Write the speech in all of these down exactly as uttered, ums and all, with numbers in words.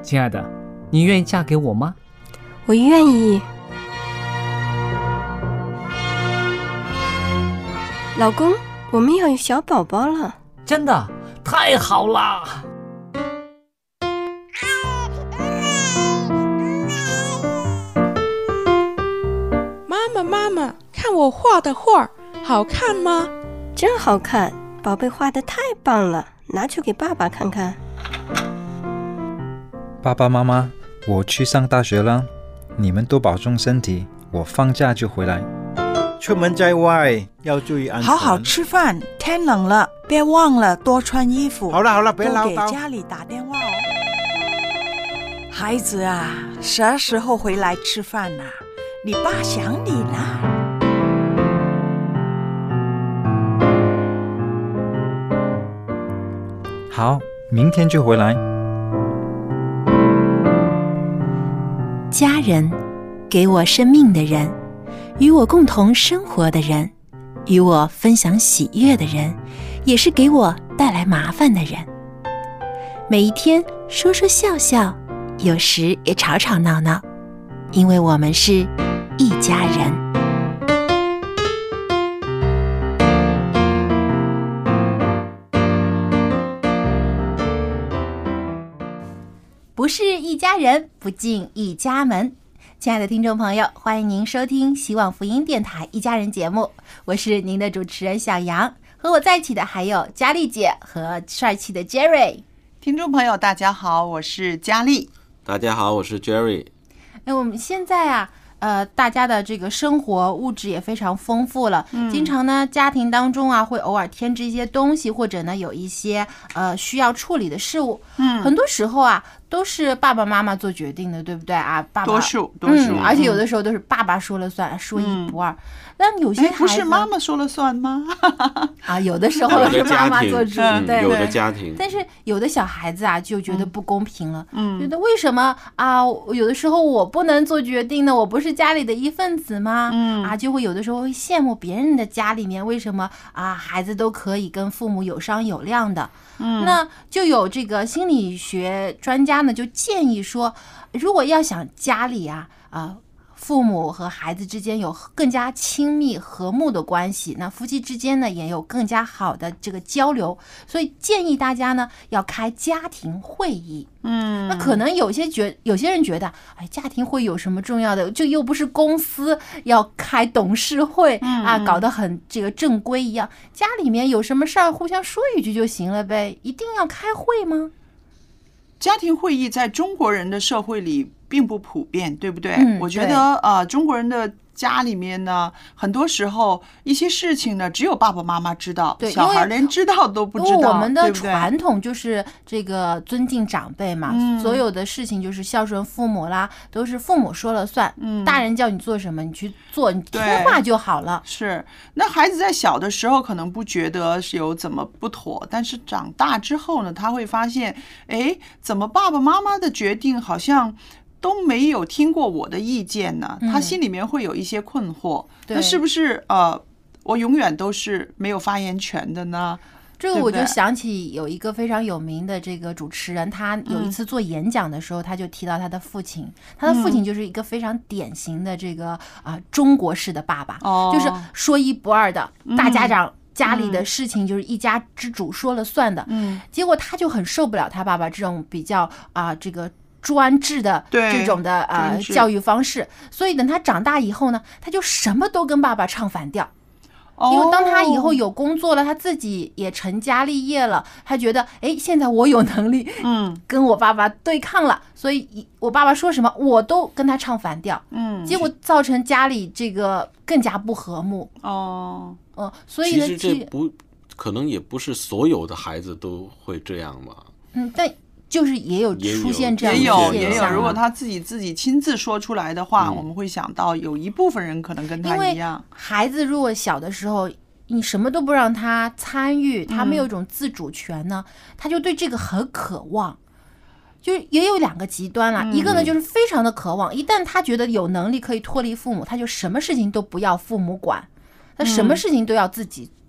亲爱的，你愿意嫁给我吗？ 我愿意。老公，我们要有小宝宝了。 真的？太好了！ 妈妈妈妈，看我画的画好看吗？ 真好看，宝贝画得太棒了，拿去给爸爸看看。 爸爸妈妈，我去上大学了，你们多保重身体，我放假就回来。 出门在外要注意安全。 好好吃饭，天冷了，别忘了多穿衣服。 好了好了，别唠叨。 多给家里打电话哦。孩子啊，啥时候回来吃饭啊？你爸想你呢。 好，明天就回来。 家人，给我生命的人，与我共同生活的人，与我分享喜悦的人，也是给我带来麻烦的人。每一天说说笑笑，有时也吵吵闹闹，因为我们是一家人。不是一家人，不进一家门。亲爱的听众朋友，欢迎您收听希望福音电台一家人节目，我是您的主持人小杨，和我在一起的还有佳丽姐和帅气的 Jerry。 听众朋友大家好，我是佳丽。 大家好，我是 Jerry。 哎，我们现在啊呃，大家的这个生活物质也非常丰富了，嗯、经常呢家庭当中啊会偶尔添置一些东西，或者呢有一些呃需要处理的事物，嗯，很多时候啊都是爸爸妈妈做决定的，对不对啊？爸爸多数多数、 嗯，而且有的时候都是爸爸说了算，嗯、说一不二。但有些孩子不是妈妈说了算吗？ 啊，有的时候是妈妈做主， 嗯、 对， 有的家庭。 但是有的小孩子啊就觉得不公平了，嗯，觉得为什么啊？有的时候我不能做决定呢？我不是家里的一份子吗？嗯啊，就会有的时候会羡慕别人的家里面为什么啊孩子都可以跟父母有商有量的。嗯，那就有这个心理学专家呢就建议说，如果要想家里啊啊。父母和孩子之间有更加亲密和睦的关系，那夫妻之间呢也有更加好的这个交流，所以建议大家呢要开家庭会议。嗯，那可能有些觉有些人觉得，哎，家庭会有什么重要的？就又不是公司要开董事会、嗯、啊，搞得很这个正规一样。家里面有什么事儿，互相说一句就行了呗，一定要开会吗？ 家庭会议在中国人的社会里并不普遍，对不对？嗯、我觉得呃，中国人的家里面呢，很多时候一些事情呢，只有爸爸妈妈知道，小孩连知道都不知道。 因为我们的传统就是这个尊敬长辈嘛，嗯、所有的事情就是孝顺父母啦，都是父母说了算。嗯，大人叫你做什么，你去做，你听话就好了。 是，那孩子在小的时候可能不觉得有怎么不妥，但是长大之后呢，他会发现，哎，怎么爸爸妈妈的决定好像都没有听过我的意见呢？他心里面会有一些困惑，嗯、那是不是呃，我永远都是没有发言权的呢？ 这个我就想起有一个非常有名的这个主持人，他有一次做演讲的时候，他就提到他的父亲，他的父亲就是一个非常典型的这个啊、呃、中国式的爸爸，哦、就是说一不二的大家长。家里的事情就是一家之主说了算的，嗯，结果他就很受不了他爸爸这种比较啊、呃、这个专制的这种的呃教育方式，所以等他长大以后呢，他就什么都跟爸爸唱反调。因为当他以后有工作了，他自己也成家立业了，他觉得哎，现在我有能力嗯跟我爸爸对抗了，所以我爸爸说什么我都跟他唱反调，嗯，结果造成家里这个更加不和睦。哦， 嗯，所以呢，其实这不可能也不是所有的孩子都会这样嘛。 嗯，但就是也有出现这样的现象， 也有也有。如果他自己自己亲自说出来的话，嗯、我们会想到有一部分人可能跟他一样。 孩子如果小的时候，你什么都不让他参与，他没有一种自主权呢，嗯、他就对这个很渴望。就也有两个极端了，嗯、一个呢就是非常的渴望，一旦他觉得有能力可以脱离父母，他就什么事情都不要父母管，他什么事情都要自己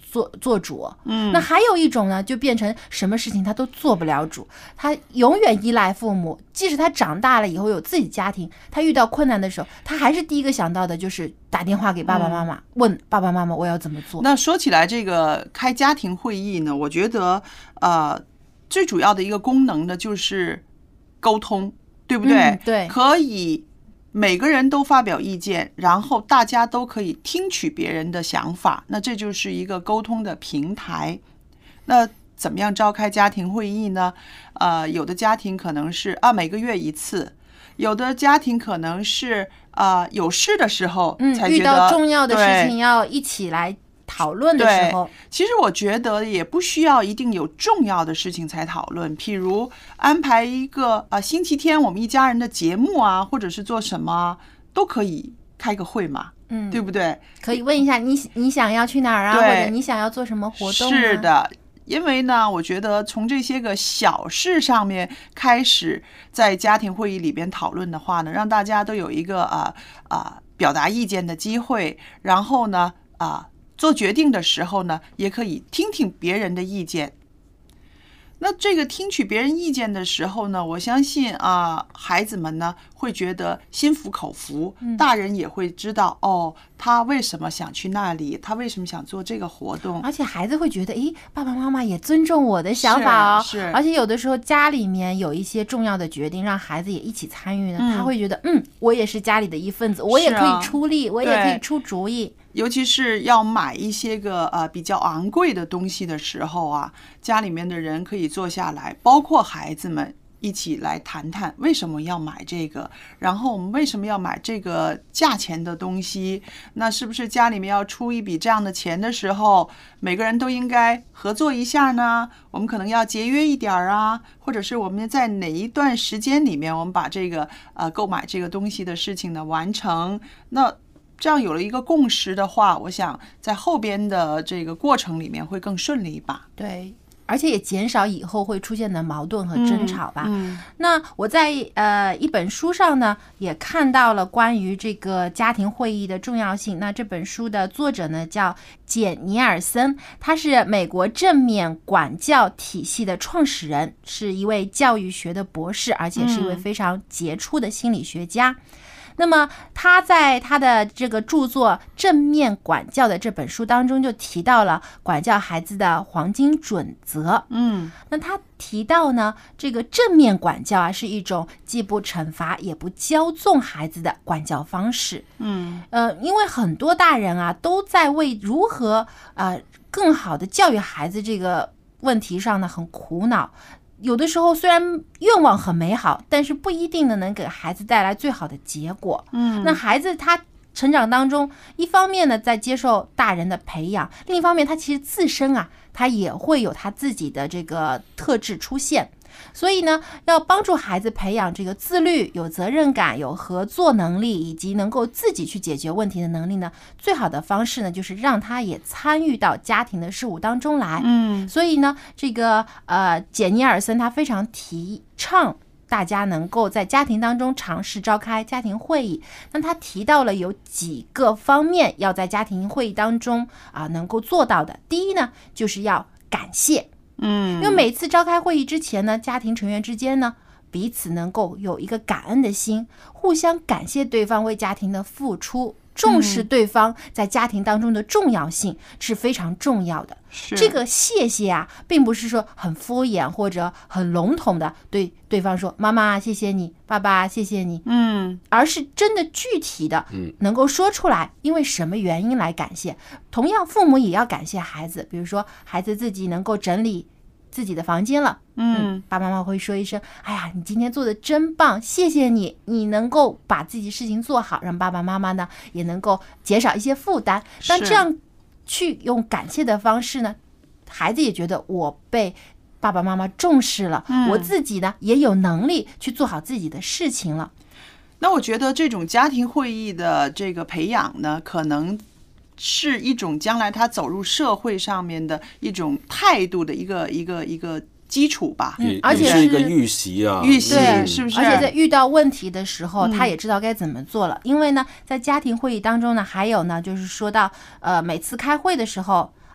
做做主。嗯，那还有一种呢，就变成什么事情他都做不了主，他永远依赖父母，即使他长大了以后有自己家庭，他遇到困难的时候，他还是第一个想到的就是打电话给爸爸妈妈，嗯、问爸爸妈妈我要怎么做。 那说起来这个开家庭会议呢，我觉得呃最主要的一个功能呢就是沟通，对不对？ 嗯、对， 可以每个人都发表意见，然后大家都可以听取别人的想法，那这就是一个沟通的平台。那怎么样召开家庭会议呢？呃，有的家庭可能是啊每个月一次，有的家庭可能是啊、呃、有事的时候才觉得、 嗯、遇到重要的事情要一起来讨论的时候， 其实我觉得也不需要一定有重要的事情才讨论，譬如安排一个啊、呃、星期天我们一家人的节目啊，或者是做什么都可以开个会嘛，嗯，对不对？ 可以问一下你你想要去哪儿啊，或者你想要做什么活动啊？ 是的。因为呢，我觉得从这些个小事上面开始，在家庭会议里边讨论的话呢，让大家都有一个啊啊、呃、表达意见的机会，然后呢啊、呃、做决定的时候呢，也可以听听别人的意见。那这个听取别人意见的时候呢，我相信啊，孩子们呢会觉得心服口服，大人也会知道哦，他为什么想去那里，他为什么想做这个活动， 而且孩子会觉得，诶，爸爸妈妈也尊重我的想法哦。 是，是而且有的时候家里面有一些重要的决定，让孩子也一起参与呢，嗯、他会觉得，嗯，我也是家里的一份子，我也可以出力，我也可以出主意。 尤其是要买一些个呃比较昂贵的东西的时候啊，家里面的人可以坐下来，包括孩子们一起来谈谈为什么要买这个，然后我们为什么要买这个价钱的东西，那是不是家里面要出一笔这样的钱的时候，每个人都应该合作一下呢？我们可能要节约一点啊，或者是我们在哪一段时间里面，我们把这个呃购买这个东西的事情呢完成，那这样有了一个共识的话，我想在后边的这个过程里面会更顺利吧。 对，而且也减少以后会出现的矛盾和争吵吧。 嗯嗯、 那我在呃一本书上呢也看到了关于这个家庭会议的重要性。那这本书的作者呢叫简尼尔森，他是美国正面管教体系的创始人，是一位教育学的博士，而且是一位非常杰出的心理学家。嗯那么他在他的这个著作《正面管教》的这本书当中就提到了管教孩子的黄金准则。 嗯， 那他提到呢，这个正面管教啊是一种既不惩罚也不骄纵孩子的管教方式。 嗯， 呃，因为很多大人啊都在为如何呃更好的教育孩子这个问题上呢很苦恼。有的时候虽然愿望很美好，但是不一定呢能给孩子带来最好的结果。 嗯， 那孩子他成长当中，一方面呢在接受大人的培养，另一方面他其实自身啊，他也会有他自己的这个特质出现。所以呢，要帮助孩子培养这个自律、有责任感、有合作能力，以及能够自己去解决问题的能力呢，最好的方式呢，就是让他也参与到家庭的事务当中来。 嗯， 所以呢，这个呃，简尼尔森他非常提倡大家能够在家庭当中尝试召开家庭会议。那他提到了有几个方面要在家庭会议当中啊、呃、能够做到的。第一呢，就是要感谢。 嗯， 因为每次召开会议之前呢，家庭成员之间呢，彼此能够有一个感恩的心，互相感谢对方为家庭的付出，重视对方在家庭当中的重要性是非常重要的。这个谢谢啊，并不是说很敷衍或者很笼统的对对方说妈妈谢谢你，爸爸谢谢你， 嗯， 而是真的具体的能够说出来，因为什么原因来感谢。同样父母也要感谢孩子，比如说孩子自己能够整理自己的房间了，嗯，爸爸妈妈会说一声哎呀你今天做的真棒，谢谢你，你能够把自己事情做好，让爸爸妈妈呢也能够减少一些负担。但这样去用感谢的方式呢，孩子也觉得我被爸爸妈妈重视了，嗯，我自己呢也有能力去做好自己的事情了。 那我觉得这种家庭会议的这个培养呢，可能是一种将来他走入社会上面的一种态度的一个一个一个基础吧， 嗯，而且是一个预习啊， 预习是不是？ 而且在遇到问题的时候，嗯，他也知道该怎么做了。因为呢，在家庭会议当中呢，还有呢，就是说到呃，每次开会的时候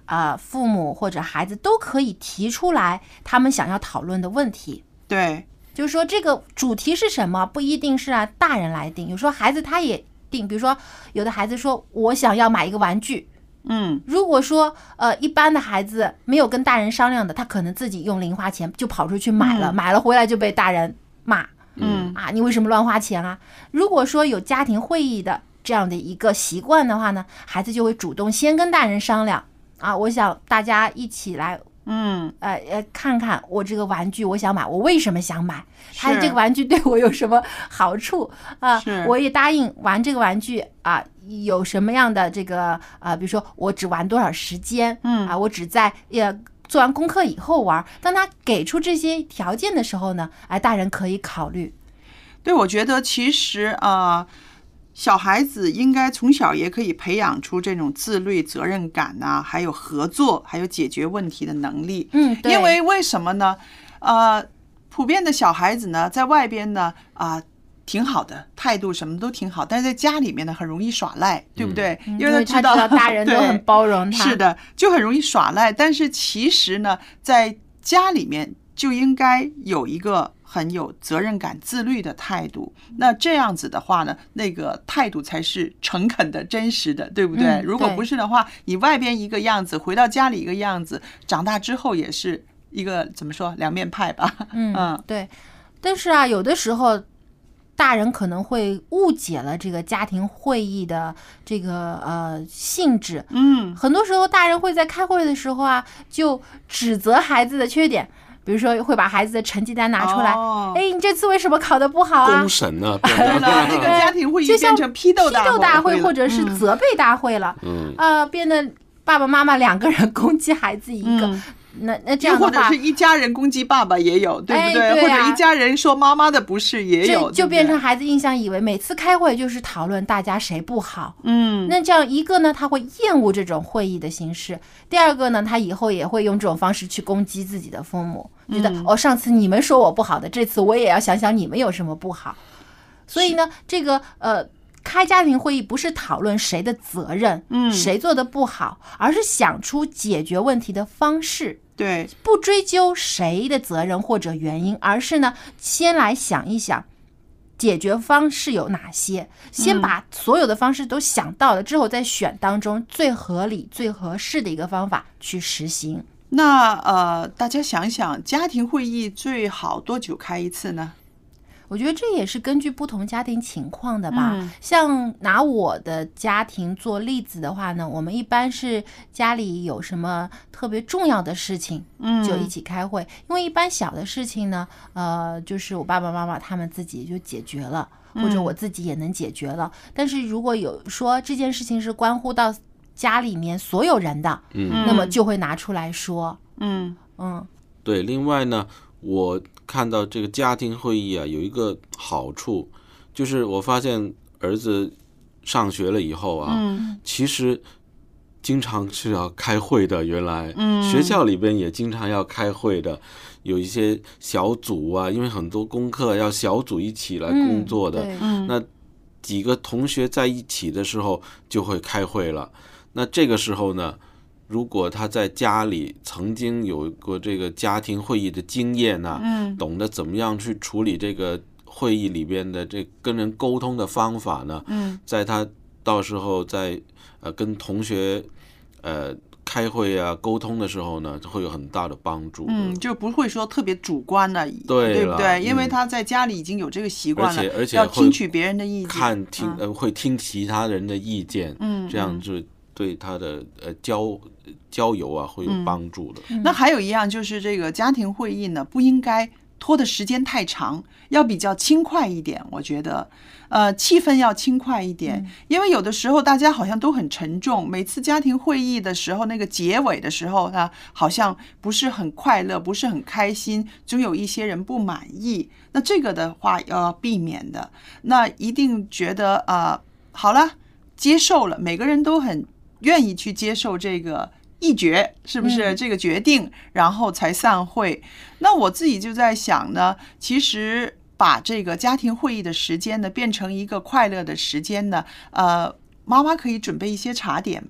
呃父母或者孩子都可以提出来他们想要讨论的问题。 对， 就是说这个主题是什么，不一定是啊大人来定，有时候孩子他也定。比如说有的孩子说我想要买一个玩具， 嗯， 如果说呃一般的孩子没有跟大人商量的，他可能自己用零花钱就跑出去买了，嗯、买了回来就被大人骂， 嗯啊，你为什么乱花钱啊？如果说有家庭会议的这样的一个习惯的话呢，孩子就会主动先跟大人商量啊，我想大家一起来。 嗯， 呃呃，看看我这个玩具，我想买，我为什么想买？它这个玩具对我有什么好处啊？我也答应玩这个玩具啊，有什么样的这个啊？比如说我只玩多少时间？ 嗯啊，我只在呃做完功课以后玩。当他给出这些条件的时候呢，哎，大人可以考虑。 对，我觉得其实啊。呃小孩子应该从小也可以培养出这种自律、责任感啊，还有合作，还有解决问题的能力。 嗯，对。 因为为什么呢？呃，普遍的小孩子呢，在外边呢，啊、呃，挺好的，态度什么都挺好，但是在家里面呢，很容易耍赖，对不对？ 嗯、 因为他知道大人都很包容他。 是的，就很容易耍赖。但是其实呢，在家里面就应该有一个很有责任感、自律的态度。那这样子的话呢，那个态度才是诚恳的、真实的，对不对？ 嗯、 如果不是的话，你外边一个样子，回到家里一个样子，长大之后也是一个怎么说两面派吧？ 嗯嗯，对。但是啊，有的时候大人可能会误解了这个家庭会议的这个呃性质。 嗯， 很多时候大人会在开会的时候啊，就指责孩子的缺点。比如说会把孩子的成绩单拿出来，哎、哦，你这次为什么考得不好啊？ 公审呢？ 对了，那个家庭会议变成批斗大会，批斗大会或者是责备大会了， 嗯啊、呃，变得爸爸妈妈两个人攻击孩子一个。嗯那那这样的话， 或者是一家人攻击爸爸也有，对不对？ 哎、对啊、 或者一家人说妈妈的不是也有， 就变成孩子印象以为每次开会就是讨论大家谁不好。 嗯， 那这样一个呢，他会厌恶这种会议的形式；第二个呢，他以后也会用这种方式去攻击自己的父母，觉得、 嗯、 哦，上次你们说我不好的，这次我也要想想你们有什么不好。所以呢，这个呃。开家庭会议不是讨论谁的责任， 嗯， 谁做的不好，而是想出解决问题的方式。 对， 不追究谁的责任或者原因，而是呢，先来想一想解决方式有哪些，先把所有的方式都想到了之后，再选当中最合理、最合适的一个方法去实行。 那呃，大家想想，家庭会议最好多久开一次呢？ 我觉得这也是根据不同家庭情况的吧。 嗯、 像拿我的家庭做例子的话呢，我们一般是家里有什么特别重要的事情，就一起开会。嗯、因为一般小的事情呢，呃，就是我爸爸妈妈他们自己就解决了，或者我自己也能解决了。嗯、但是如果有说这件事情是关乎到家里面所有人的， 嗯， 那么就会拿出来说。 嗯嗯， 对。另外呢，我看到这个家庭会议啊，有一个好处，就是我发现儿子上学了以后啊， 嗯、 其实经常是要开会的。原来， 嗯、 学校里边也经常要开会的，有一些小组啊，因为很多功课要小组一起来工作的。 嗯、 那几个同学在一起的时候就会开会了。那这个时候呢，如果他在家里曾经有过这个家庭会议的经验呢、啊嗯， 懂得怎么样去处理这个会议里边的这跟人沟通的方法呢， 嗯， 在他到时候在呃跟同学呃开会啊沟通的时候呢，会有很大的帮助。 嗯，就不会说特别主观了， 对对不对？ 嗯、 因为他在家里已经有这个习惯了， 而且而且要听取别人的意见， 看听、 嗯、 呃会听其他人的意见， 嗯， 这样就对他的呃交交友啊会有帮助的、 嗯。那还有一样就是这个家庭会议呢，不应该拖的时间太长，要比较轻快一点。我觉得，呃，气氛要轻快一点， 嗯、 因为有的时候大家好像都很沉重。每次家庭会议的时候，那个结尾的时候呢，好像不是很快乐，不是很开心，总有一些人不满意。那这个的话要避免的，那一定觉得呃，好了，接受了，每个人都很愿意去接受这个议决，是不是、 嗯、 这个决定，然后才散会。那我自己就在想呢，其实把这个家庭会议的时间呢变成一个快乐的时间呢，呃，妈妈可以准备一些茶点吧。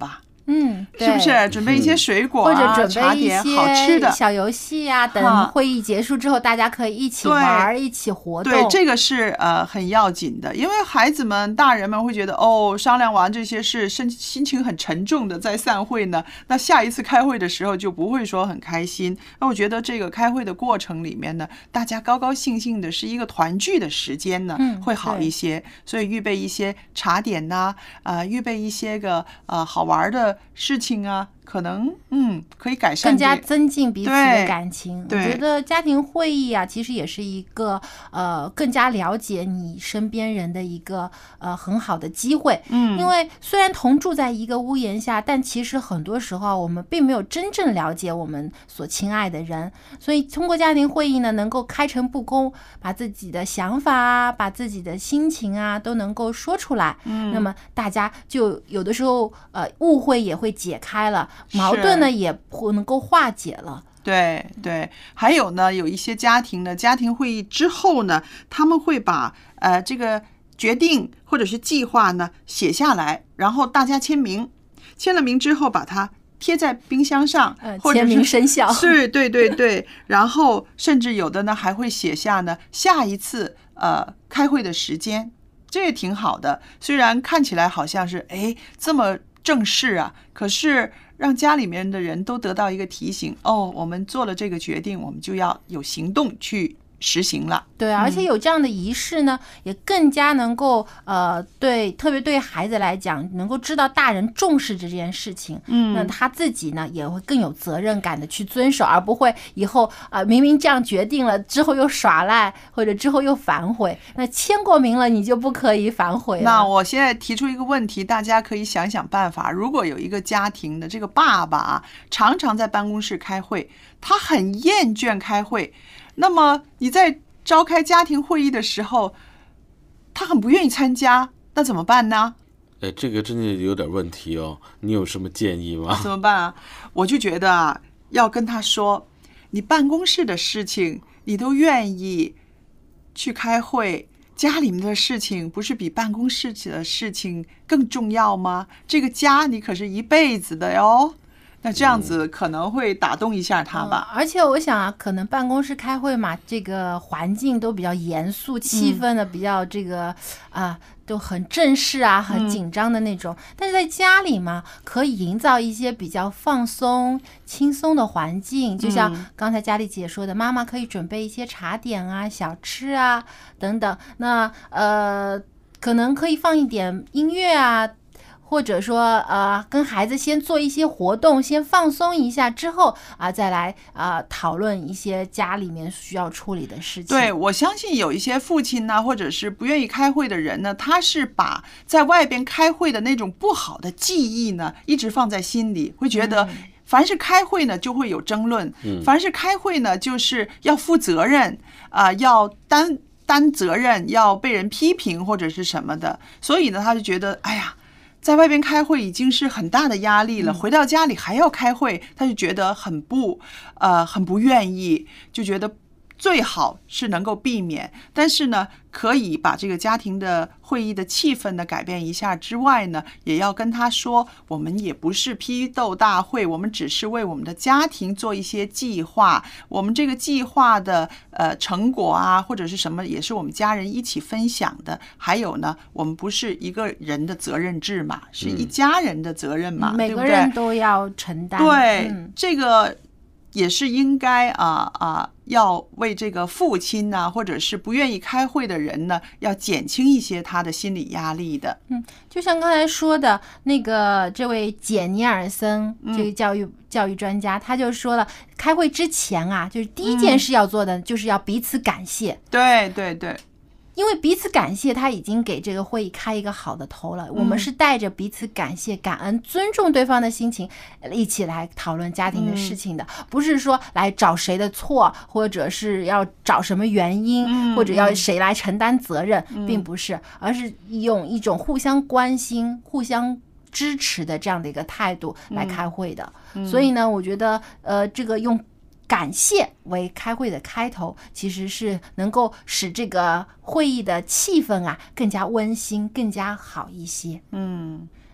嗯， 是不是？准备一些水果、啊、 或者准备一茶点好吃的些小游戏啊，等会议结束之后，大家可以一起玩、一起活动。 对，这个是呃很要紧的，因为孩子们、大人们会觉得哦，商量完这些事，心心情很沉重的在散会呢，那下一次开会的时候就不会说很开心。那我觉得这个开会的过程里面呢，大家高高兴兴的是一个团聚的时间呢， 嗯、 会好一些。所以预备一些茶点呐、啊，呃，预备一些个呃好玩的事情啊，可能嗯可以改善、 更加增进彼此的感情。 对， 我觉得家庭会议啊，其实也是一个呃更加了解你身边人的一个呃很好的机会。嗯，因为虽然同住在一个屋檐下，但其实很多时候我们并没有真正了解我们所亲爱的人，所以通过家庭会议呢，能够开诚布公，把自己的想法啊，把自己的心情啊都能够说出来。嗯，那么大家就有的时候呃误会也会解开了，矛盾呢也不能够化解了。 对对，还有呢，有一些家庭呢，家庭会议之后呢，他们会把呃这个决定或者是计划呢写下来，然后大家签名，签了名之后把它贴在冰箱上， 呃、 或者是签名生效。 是，对对对，然后甚至有的呢还会写下呢下一次呃开会的时间，这也挺好的。虽然看起来好像是哎这么正式啊，可是让家里面的人都得到一个提醒，哦，我们做了这个决定，我们就要有行动去实行了。 对，而且有这样的仪式呢，嗯、也更加能够呃，对，特别对孩子来讲，能够知道大人重视这件事情。嗯，那他自己呢也会更有责任感的去遵守，而不会以后啊、呃、明明这样决定了之后又耍赖，或者之后又反悔。那签过名了，你就不可以反悔了。 那我现在提出一个问题，大家可以想想办法。如果有一个家庭的这个爸爸啊，常常在办公室开会，他很厌倦开会。那么你在召开家庭会议的时候，他很不愿意参加，那怎么办呢？ 哎，这个真的有点问题哦，你有什么建议吗？ 怎么办啊？我就觉得啊，要跟他说，你办公室的事情你都愿意去开会，家里面的事情不是比办公室的事情更重要吗？这个家你可是一辈子的哟。那这样子可能会打动一下他吧。 嗯、而且我想啊，可能办公室开会嘛，这个环境都比较严肃，气氛呢比较这个啊、呃、都很正式啊，很紧张的那种。嗯、但是在家里嘛，可以营造一些比较放松、轻松的环境。就像刚才佳丽姐说的，妈妈可以准备一些茶点啊、小吃啊等等。那呃，可能可以放一点音乐啊。或者说呃，跟孩子先做一些活动，先放松一下，之后啊、呃，再来啊、呃、讨论一些家里面需要处理的事情。 对，我相信有一些父亲呢，或者是不愿意开会的人呢，他是把在外边开会的那种不好的记忆呢，一直放在心里，会觉得凡是开会呢就会有争论，嗯、凡是开会呢就是要负责任啊、呃，要担担责任，要被人批评或者是什么的，所以呢，他就觉得哎呀。在外边开会已经是很大的压力了，回到家里还要开会，他就觉得很不呃很不愿意，就觉得最好是能够避免，但是呢可以把这个家庭的会议的气氛呢改变一下之外呢，也要跟他说，我们也不是批斗大会，我们只是为我们的家庭做一些计划，我们这个计划的呃成果啊或者是什么也是我们家人一起分享的，还有呢我们不是一个人的责任制嘛，是一家人的责任嘛， 嗯、每个人都要承担。 对、 嗯、 这个也是应该啊啊，要为这个父亲呐、啊，或者是不愿意开会的人呢，要减轻一些他的心理压力的。 嗯，就像刚才说的那个这位简尼尔森，这个教育、嗯、教育专家，他就说了，开会之前啊，就是第一件事要做的，就是要彼此感谢。 嗯、对对对。 因为彼此感谢，他已经给这个会议开一个好的头了。嗯、我们是带着彼此感谢、感恩、尊重对方的心情，一起来讨论家庭的事情的，嗯、不是说来找谁的错，或者是要找什么原因，嗯、或者要谁来承担责任，嗯、并不是，而是用一种互相关心、互相支持的这样的一个态度来开会的。嗯、所以呢，我觉得，呃，这个用感谢为开会的开头，其实是能够使这个会议的气氛啊更加温馨，更加好一些。 嗯，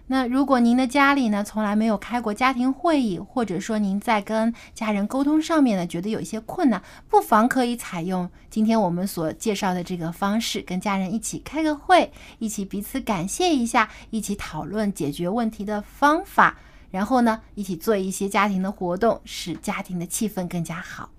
那如果您的家里呢从来没有开过家庭会议，或者说您在跟家人沟通上面呢觉得有一些困难，不妨可以采用今天我们所介绍的这个方式，跟家人一起开个会，一起彼此感谢一下，一起讨论解决问题的方法，然后呢一起做一些家庭的活动，使家庭的气氛更加好。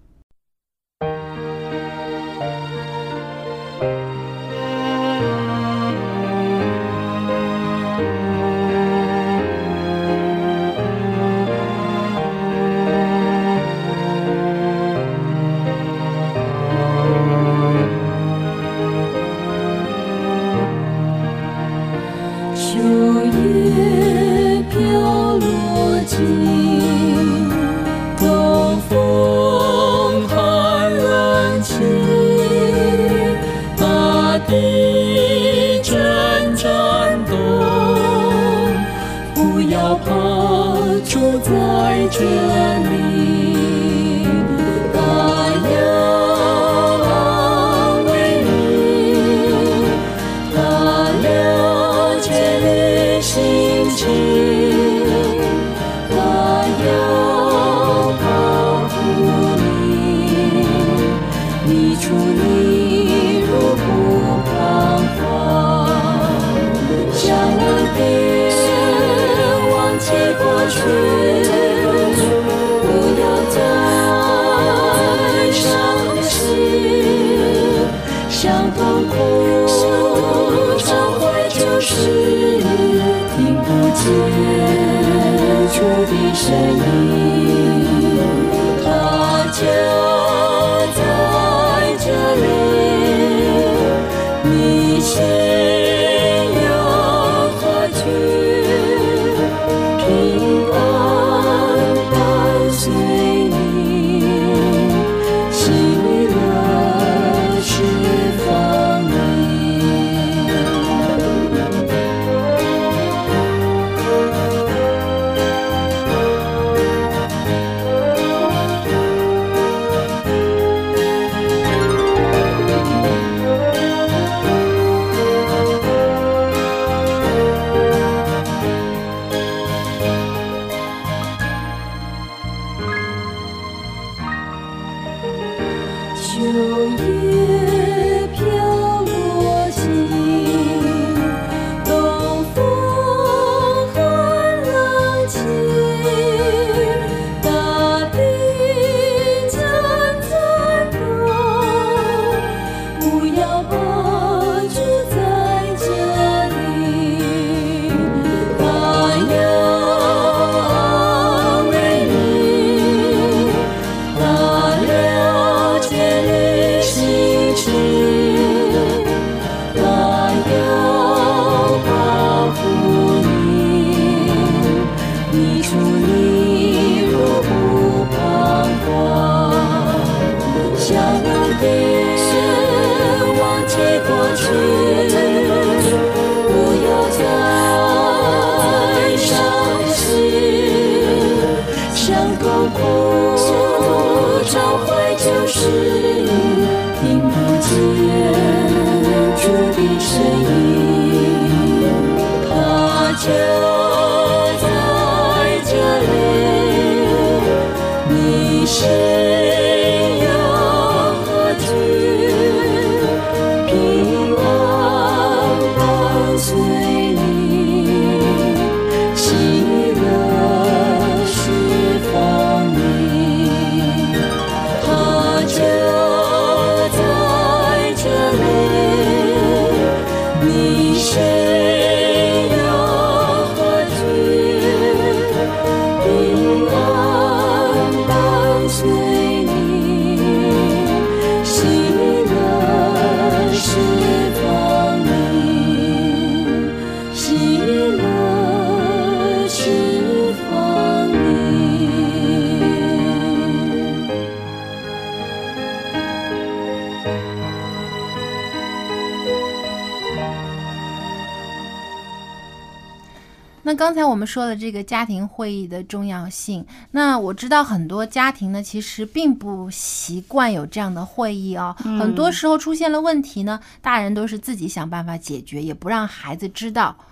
那刚才我们说了这个家庭会议的重要性，那我知道很多家庭呢其实并不习惯有这样的会议哦、嗯、很多时候出现了问题呢，大人都是自己想办法解决，也不让孩子知道。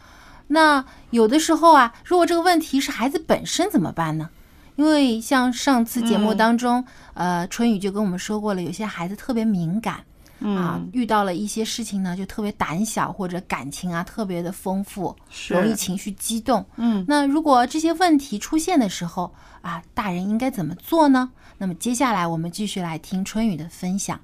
那有的时候啊，如果这个问题是孩子本身怎么办呢？因为像上次节目当中，嗯、呃，春雨就跟我们说过了，有些孩子特别敏感。啊，遇到了一些事情呢，就特别胆小，或者感情啊特别的丰富，容易情绪激动。嗯，那如果这些问题出现的时候啊，大人应该怎么做呢？那么接下来我们继续来听春雨的分享。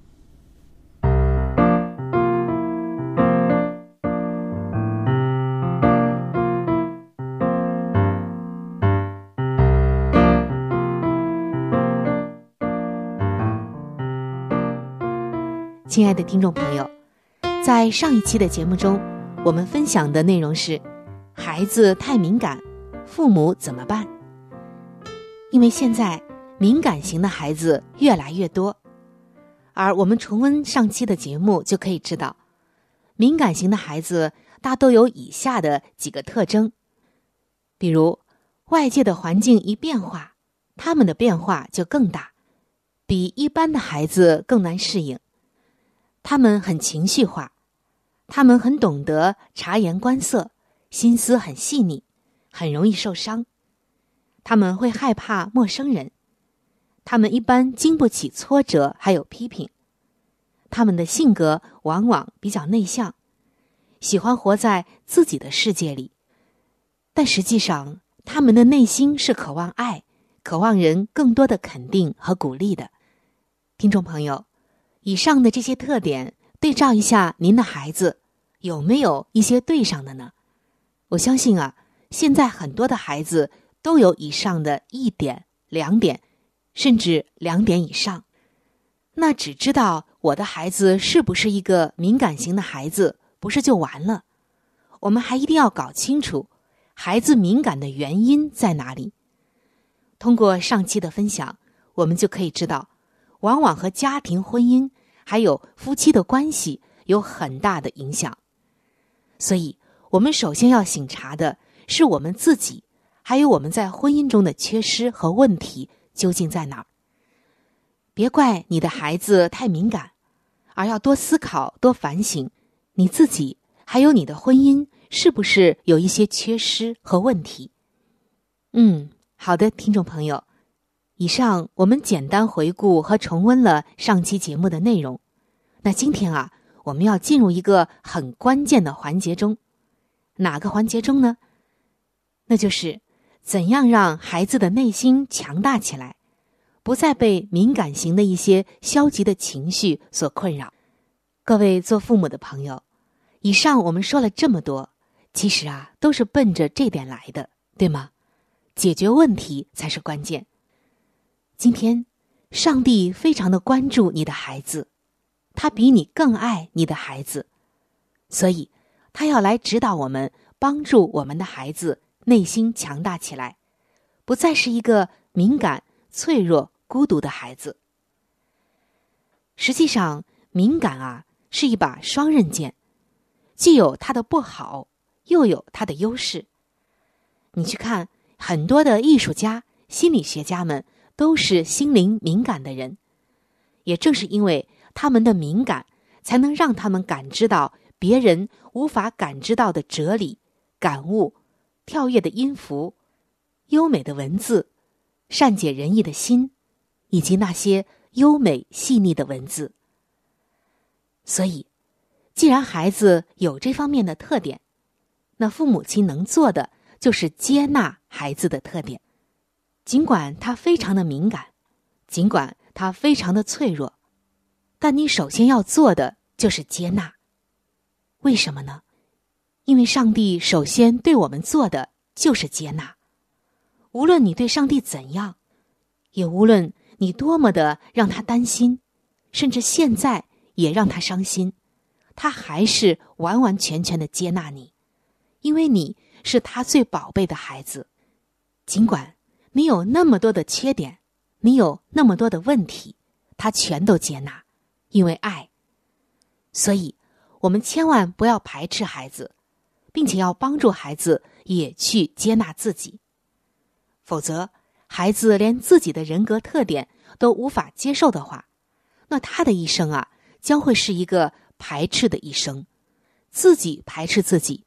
亲爱的听众朋友，在上一期的节目中，我们分享的内容是孩子太敏感，父母怎么办？因为现在敏感型的孩子越来越多，而我们重温上期的节目就可以知道，敏感型的孩子大都有以下的几个特征。比如外界的环境一变化，他们的变化就更大，比一般的孩子更难适应。他们很情绪化，他们很懂得察言观色，心思很细腻，很容易受伤。他们会害怕陌生人，他们一般经不起挫折还有批评。他们的性格往往比较内向，喜欢活在自己的世界里，但实际上他们的内心是渴望爱，渴望人更多的肯定和鼓励的。听众朋友，以上的这些特点对照一下您的孩子，有没有一些对上的呢？我相信啊，现在很多的孩子都有以上的一点、两点，甚至两点以上。那只知道我的孩子是不是一个敏感型的孩子，不是就完了。我们还一定要搞清楚孩子敏感的原因在哪里。通过上期的分享，我们就可以知道，往往和家庭婚姻还有夫妻的关系有很大的影响。所以我们首先要省察的是我们自己，还有我们在婚姻中的缺失和问题究竟在哪儿。别怪你的孩子太敏感，而要多思考，多反省你自己还有你的婚姻是不是有一些缺失和问题。嗯，好的，听众朋友，以上我们简单回顾和重温了上期节目的内容。那今天啊，我们要进入一个很关键的环节中。哪个环节中呢？那就是怎样让孩子的内心强大起来，不再被敏感型的一些消极的情绪所困扰。各位做父母的朋友，以上我们说了这么多，其实啊，都是奔着这点来的，对吗？解决问题才是关键。今天上帝非常的关注你的孩子，他比你更爱你的孩子，所以他要来指导我们，帮助我们的孩子内心强大起来，不再是一个敏感、脆弱、孤独的孩子。实际上敏感啊，是一把双刃剑，既有它的不好，又有它的优势。你去看很多的艺术家、心理学家们都是心灵敏感的人，也正是因为他们的敏感，才能让他们感知到别人无法感知到的哲理、感悟、跳跃的音符、优美的文字、善解人意的心，以及那些优美细腻的文字。所以既然孩子有这方面的特点，那父母亲能做的就是接纳孩子的特点。尽管他非常的敏感，尽管他非常的脆弱，但你首先要做的就是接纳。为什么呢？因为上帝首先对我们做的就是接纳。无论你对上帝怎样，也无论你多么的让他担心，甚至现在也让他伤心，他还是完完全全的接纳你，因为你是他最宝贝的孩子。尽管你有那么多的缺点，你有那么多的问题，他全都接纳，因为爱。所以我们千万不要排斥孩子，并且要帮助孩子也去接纳自己。否则孩子连自己的人格特点都无法接受的话，那他的一生啊，将会是一个排斥的一生，自己排斥自己，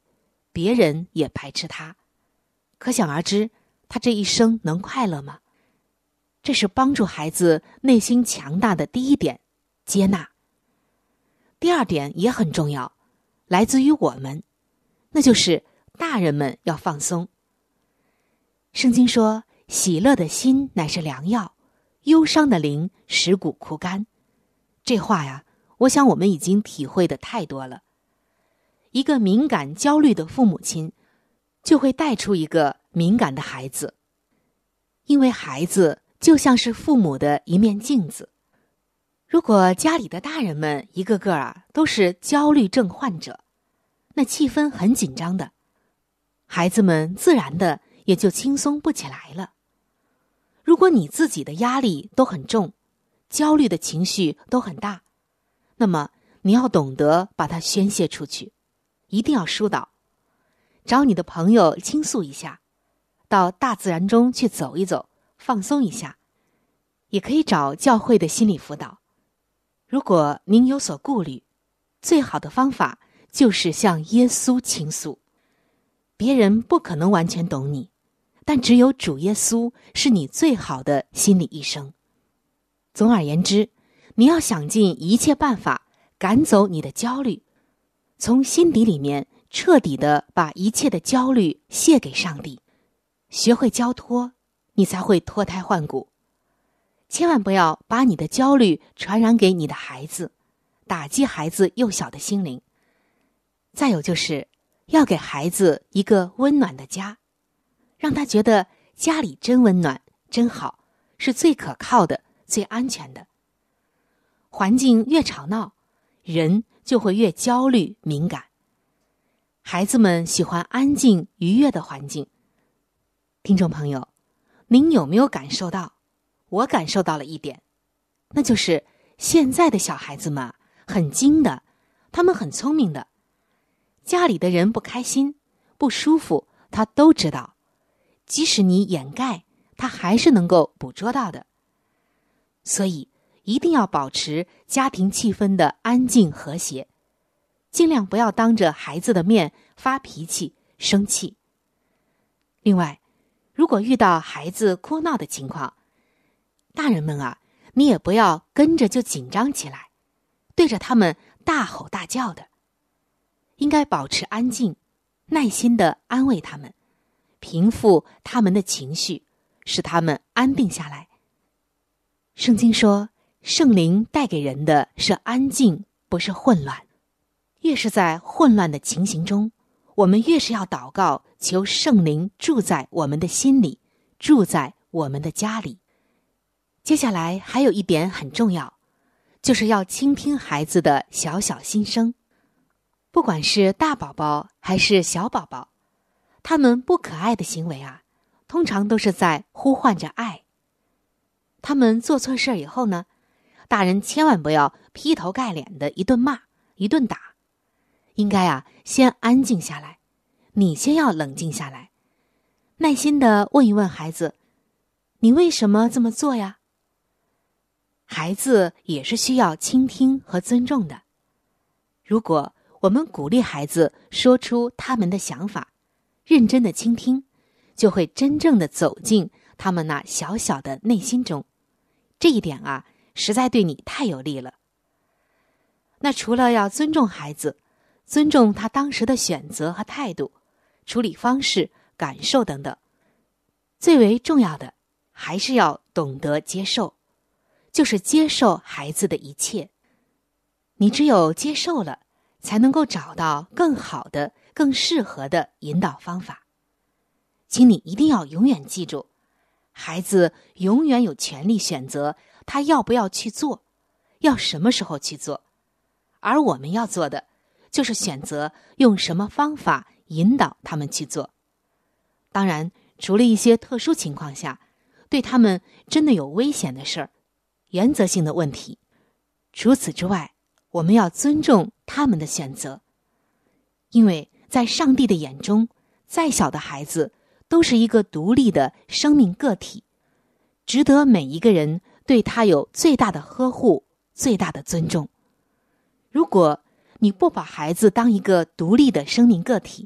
别人也排斥他，可想而知，他这一生能快乐吗？这是帮助孩子内心强大的第一点，接纳。第二点也很重要，来自于我们，那就是大人们要放松。圣经说，喜乐的心乃是良药，忧伤的灵使骨枯干。这话呀，我想我们已经体会的太多了。一个敏感焦虑的父母亲，就会带出一个敏感的孩子，因为孩子就像是父母的一面镜子。如果家里的大人们一个个啊都是焦虑症患者，那气氛很紧张的，孩子们自然的也就轻松不起来了。如果你自己的压力都很重，焦虑的情绪都很大，那么你要懂得把它宣泄出去，一定要疏导，找你的朋友倾诉一下，到大自然中去走一走，放松一下，也可以找教会的心理辅导。如果您有所顾虑，最好的方法就是向耶稣倾诉。别人不可能完全懂你，但只有主耶稣是你最好的心理医生。总而言之，你要想尽一切办法赶走你的焦虑，从心底里面彻底的把一切的焦虑卸给上帝，学会交托，你才会脱胎换骨。千万不要把你的焦虑传染给你的孩子，打击孩子幼小的心灵。再有就是要给孩子一个温暖的家，让他觉得家里真温暖真好，是最可靠的最安全的。环境越吵闹，人就会越焦虑敏感。孩子们喜欢安静愉悦的环境。听众朋友，您有没有感受到？我感受到了一点，那就是现在的小孩子们很精的，他们很聪明的，家里的人不开心不舒服他都知道，即使你掩盖，他还是能够捕捉到的。所以一定要保持家庭气氛的安静和谐，尽量不要当着孩子的面发脾气生气。另外，如果遇到孩子哭闹的情况，大人们啊，你也不要跟着就紧张起来，对着他们大吼大叫的，应该保持安静，耐心地安慰他们，平复他们的情绪，使他们安定下来。圣经说，圣灵带给人的是安静，不是混乱。越是在混乱的情形中，我们越是要祷告，求圣灵住在我们的心里，住在我们的家里。接下来还有一点很重要，就是要倾听孩子的小小心声。不管是大宝宝还是小宝宝，他们不可爱的行为啊，通常都是在呼唤着爱。他们做错事以后呢，大人千万不要劈头盖脸的一顿骂一顿打，应该啊先安静下来，你先要冷静下来，耐心地问一问孩子，你为什么这么做呀？孩子也是需要倾听和尊重的。如果我们鼓励孩子说出他们的想法，认真的倾听，就会真正的走进他们那小小的内心中。这一点啊，实在对你太有利了。那除了要尊重孩子，尊重他当时的选择和态度、处理方式、感受等等，最为重要的还是要懂得接受，就是接受孩子的一切。你只有接受了，才能够找到更好的、更适合的引导方法。请你一定要永远记住，孩子永远有权利选择他要不要去做，要什么时候去做，而我们要做的就是选择用什么方法引导他们去做。当然，除了一些特殊情况下，对他们真的有危险的事儿，原则性的问题，除此之外，我们要尊重他们的选择。因为在上帝的眼中，再小的孩子都是一个独立的生命个体，值得每一个人对他有最大的呵护、最大的尊重。如果你不把孩子当一个独立的生命个体，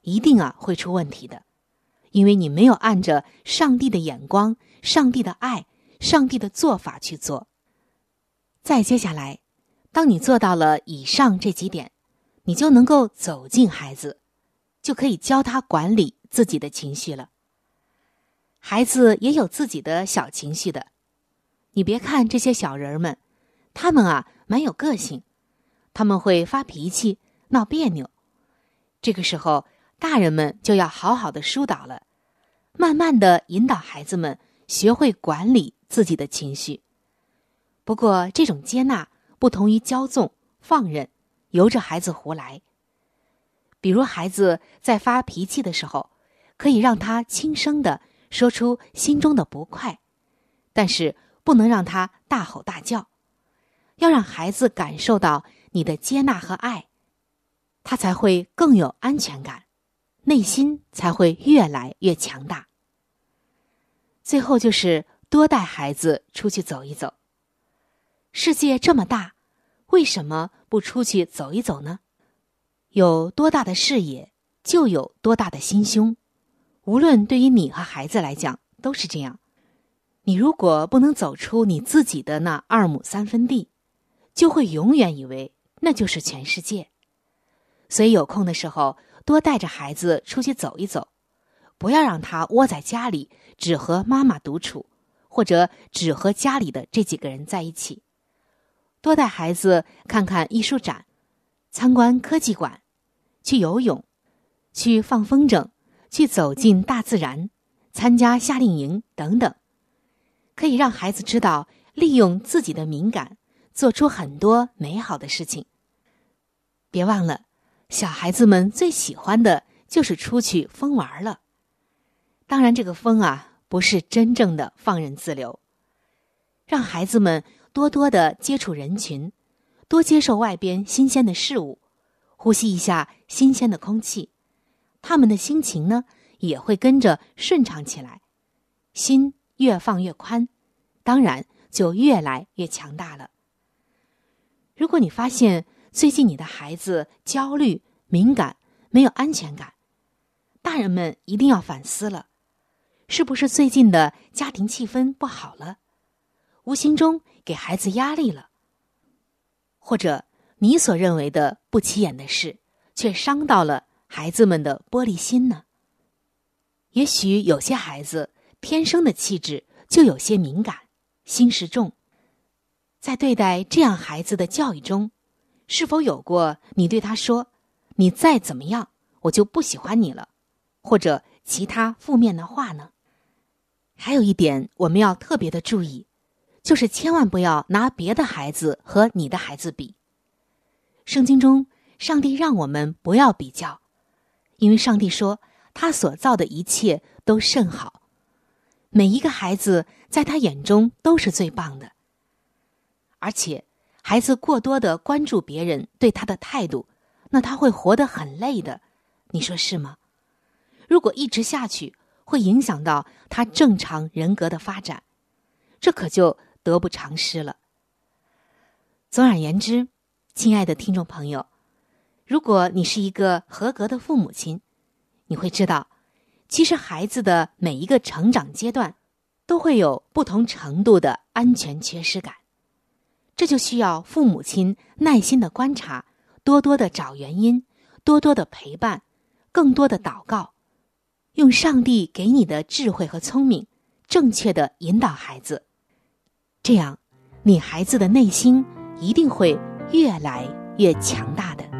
一定啊会出问题的，因为你没有按着上帝的眼光、上帝的爱、上帝的做法去做。再接下来，当你做到了以上这几点，你就能够走进孩子，就可以教他管理自己的情绪了。孩子也有自己的小情绪的，你别看这些小人们，他们啊蛮有个性，他们会发脾气、闹别扭。这个时候，大人们就要好好的疏导了，慢慢的引导孩子们学会管理自己的情绪。不过这种接纳不同于骄纵、放任，由着孩子胡来。比如孩子在发脾气的时候，可以让他轻声的说出心中的不快，但是不能让他大吼大叫，要让孩子感受到你的接纳和爱，他才会更有安全感，内心才会越来越强大。最后就是多带孩子出去走一走。世界这么大，为什么不出去走一走呢？有多大的视野，就有多大的心胸。无论对于你和孩子来讲，都是这样。你如果不能走出你自己的那二亩三分地，就会永远以为那就是全世界。所以有空的时候，多带着孩子出去走一走，不要让他窝在家里，只和妈妈独处，或者只和家里的这几个人在一起。多带孩子看看艺术展，参观科技馆，去游泳，去放风筝，去走进大自然，参加夏令营等等，可以让孩子知道利用自己的敏感，做出很多美好的事情。别忘了，小孩子们最喜欢的就是出去疯玩了。当然这个疯啊，不是真正的放任自流，让孩子们多多的接触人群，多接受外边新鲜的事物，呼吸一下新鲜的空气，他们的心情呢也会跟着顺畅起来，心越放越宽，当然就越来越强大了。如果你发现最近你的孩子焦虑、敏感、没有安全感，大人们一定要反思了，是不是最近的家庭气氛不好了，无形中给孩子压力了？或者你所认为的不起眼的事，却伤到了孩子们的玻璃心呢？也许有些孩子天生的气质就有些敏感，心事重。在对待这样孩子的教育中，是否有过你对他说，你再怎么样我就不喜欢你了，或者其他负面的话呢？还有一点我们要特别的注意，就是千万不要拿别的孩子和你的孩子比。圣经中上帝让我们不要比较，因为上帝说他所造的一切都甚好，每一个孩子在他眼中都是最棒的。而且孩子过多的关注别人对他的态度，那他会活得很累的，你说是吗？如果一直下去，会影响到他正常人格的发展，这可就得不偿失了。总而言之，亲爱的听众朋友，如果你是一个合格的父母亲，你会知道，其实孩子的每一个成长阶段都会有不同程度的安全缺失感，这就需要父母亲耐心的观察，多多的找原因，多多的陪伴，更多的祷告，用上帝给你的智慧和聪明，正确的引导孩子。这样，你孩子的内心一定会越来越强大的。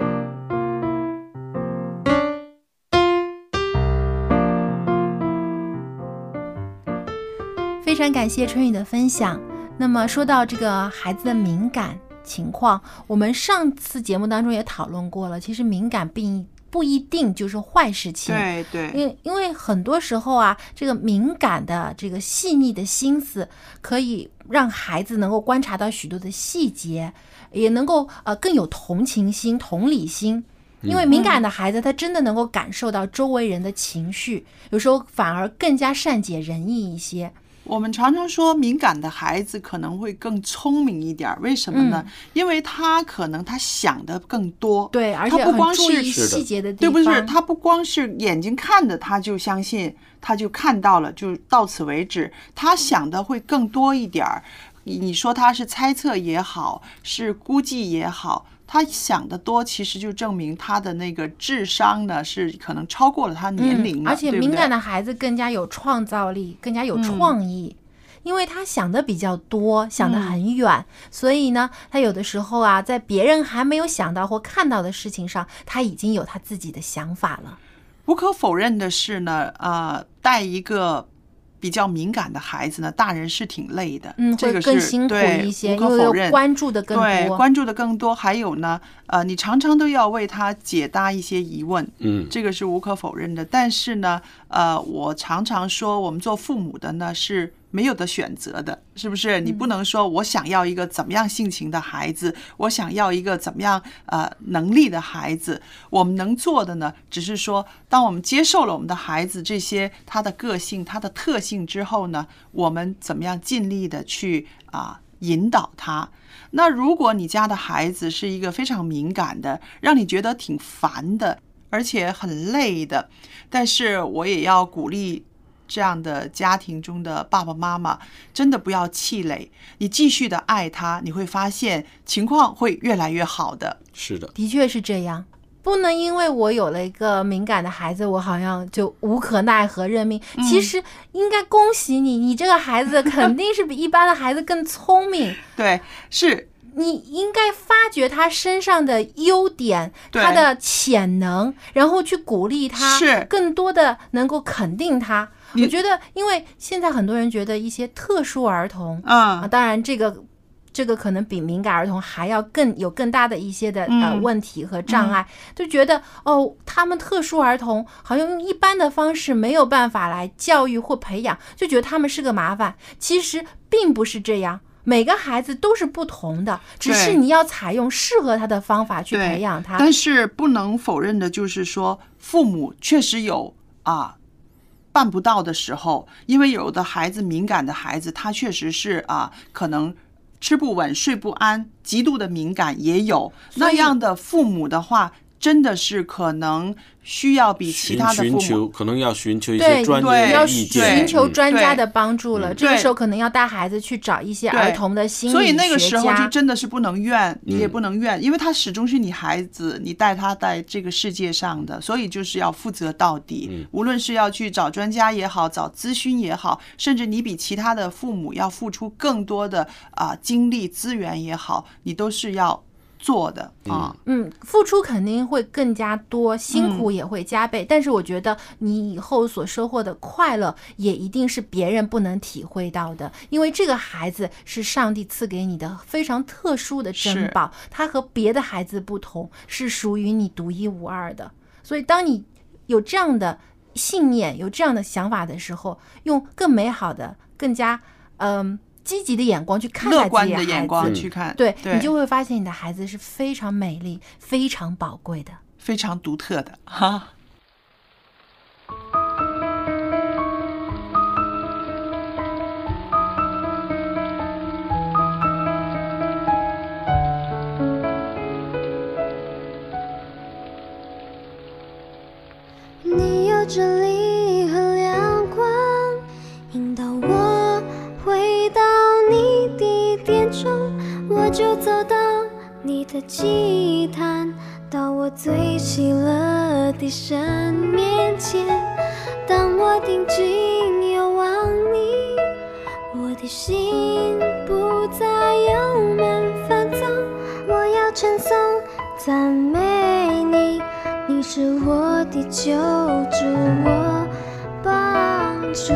非常感谢春雨的分享。那么说到这个孩子的敏感情况，我们上次节目当中也讨论过了，其实敏感并不一定就是坏事情。 对对， 因为因为很多时候啊，这个敏感的这个细腻的心思，可以让孩子能够观察到许多的细节，也能够呃更有同情心、同理心。因为敏感的孩子，他真的能够感受到周围人的情绪，有时候反而更加善解人意一些。 我们常常说敏感的孩子可能会更聪明一点，为什么呢？嗯、因为他可能他想的更多， 对，而且他不光是很注意细节的地对， 方， 不是他不光是眼睛看的他就相信，他就看到了，就到此为止，他想的会更多一点。你说他是猜测也好，是估计也好，他想得多，其实就证明他的那个智商呢是可能超过了他年龄了、 嗯、而且敏感的孩子更加有创造力，更加有创意、嗯、因为他想的比较多，想得很远、嗯、所以呢他有的时候啊在别人还没有想到或看到的事情上，他已经有他自己的想法了。 不可否认的是呢呃，带一个比较敏感的孩子呢，大人是挺累的， 嗯， 这个是会更辛苦一些， 无可否认， 关注的更多， 对，关注的更多。还有呢，呃，你常常都要为他解答一些疑问， 嗯， 这个是无可否认的。但是呢，呃，我常常说，我们做父母的呢是没有的选择的，是不是？你不能说我想要一个怎么样性情的孩子，我想要一个怎么样呃能力的孩子。我们能做的呢，只是说，当我们接受了我们的孩子这些他的个性、他的特性之后呢，我们怎么样尽力的去啊、呃、引导他。那如果你家的孩子是一个非常敏感的，让你觉得挺烦的，而且很累的，但是我也要鼓励这样的家庭中的爸爸妈妈，真的不要气馁，你继续的爱他，你会发现情况会越来越好的。 是的， 的确是这样。不能因为我有了一个敏感的孩子，我好像就无可奈何认命、嗯、其实应该恭喜你，你这个孩子肯定是比一般的孩子更聪明对，是你应该发掘他身上的优点，他的潜能，然后去鼓励他， 是更多的能够肯定他。我觉得因为现在很多人觉得一些特殊儿童、 嗯、 啊，当然这个这个可能比敏感儿童还要更有更大的一些的、 嗯、 呃问题和障碍、嗯、就觉得哦，他们特殊儿童好像用一般的方式没有办法来教育或培养，就觉得他们是个麻烦。其实并不是这样，每个孩子都是不同的，只是你要采用适合他的方法去培养他。 但是不能否认的就是说，父母确实有啊办不到的时候，因为有的孩子，敏感的孩子，他确实是啊可能吃不稳、睡不安，极度的敏感也有。那样的父母的话，真的是可能需要比其他的父母寻求可能要寻求一些专业的意见， 要寻求专家的帮助了、 嗯、 这个时候可能要带孩子去找一些儿童的心理学家。 所以那个时候就真的是不能怨，你也不能怨、嗯、因为他始终是你孩子，你带他在这个世界上的，所以就是要负责到底、嗯、无论是要去找专家也好，找咨询也好，甚至你比其他的父母要付出更多的啊、呃、精力资源也好，你都是要做的啊， 嗯，付出肯定会更加多，辛苦也会加倍、嗯、但是我觉得你以后所收获的快乐也一定是别人不能体会到的，因为这个孩子是上帝赐给你的非常特殊的珍宝，他和别的孩子不同，是属于你独一无二的。所以当你有这样的信念，有这样的想法的时候，用更美好的、更加嗯积极的眼光去看待自己的孩子， 乐观的眼光去看， 对，对你就会发现你的孩子是非常美丽、非常宝贵的、 非常独特的哈。 你有真理和亮光，引导我回到你的殿中，我就走到你的祭坛，到我最喜乐的神面前。当我定睛仰望你，我的心不再忧闷烦躁，我要称颂赞美你，你是我的救主，我帮助。